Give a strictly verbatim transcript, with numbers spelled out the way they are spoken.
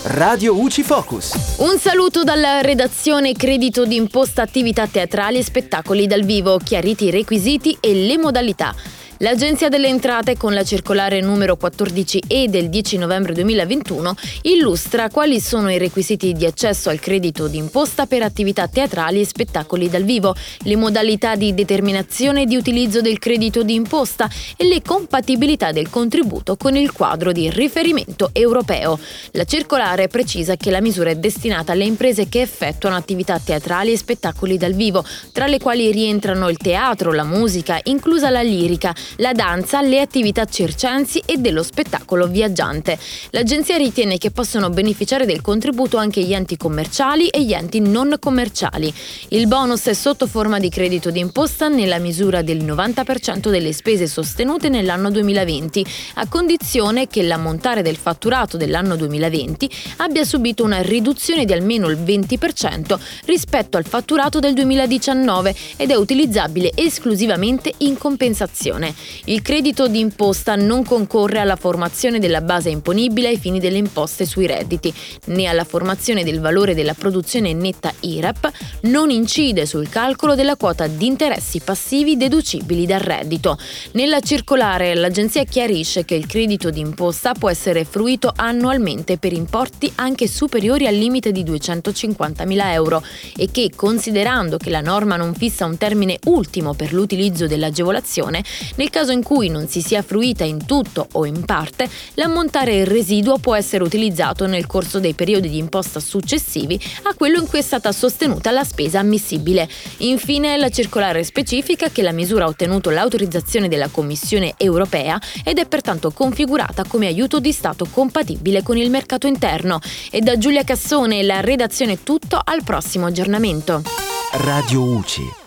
Radio U C I Focus. Un saluto dalla redazione. Credito d'imposta attività teatrali e spettacoli dal vivo, chiariti i requisiti e le modalità. L'Agenzia delle Entrate, con la circolare numero quattordici E del dieci novembre duemilaventuno, illustra quali sono i requisiti di accesso al credito d'imposta per attività teatrali e spettacoli dal vivo, le modalità di determinazione e di utilizzo del credito d'imposta e le compatibilità del contributo con il quadro di riferimento europeo. La circolare precisa che la misura è destinata alle imprese che effettuano attività teatrali e spettacoli dal vivo, tra le quali rientrano il teatro, la musica, inclusa la lirica, la danza, le attività circensi e dello spettacolo viaggiante. L'agenzia ritiene che possono beneficiare del contributo anche gli enti commerciali e gli enti non commerciali. Il bonus è sotto forma di credito d'imposta nella misura del novanta per cento delle spese sostenute nell'anno duemilaventi, a condizione che l'ammontare del fatturato dell'anno duemilaventi abbia subito una riduzione di almeno il venti per cento rispetto al fatturato del duemiladiciannove ed è utilizzabile esclusivamente in compensazione. Il credito d'imposta non concorre alla formazione della base imponibile ai fini delle imposte sui redditi, né alla formazione del valore della produzione netta I R A P, non incide sul calcolo della quota di interessi passivi deducibili dal reddito. Nella circolare l'agenzia chiarisce che il credito d'imposta può essere fruito annualmente per importi anche superiori al limite di duecentocinquantamila euro e che, considerando che la norma non fissa un termine ultimo per l'utilizzo dell'agevolazione, nel caso in cui non si sia fruita in tutto o in parte, l'ammontare residuo può essere utilizzato nel corso dei periodi di imposta successivi a quello in cui è stata sostenuta la spesa ammissibile. Infine, la circolare specifica che la misura ha ottenuto l'autorizzazione della Commissione europea ed è pertanto configurata come aiuto di Stato compatibile con il mercato interno. E da Giulia Cassone, la redazione è tutto, al prossimo aggiornamento. Radio U C I.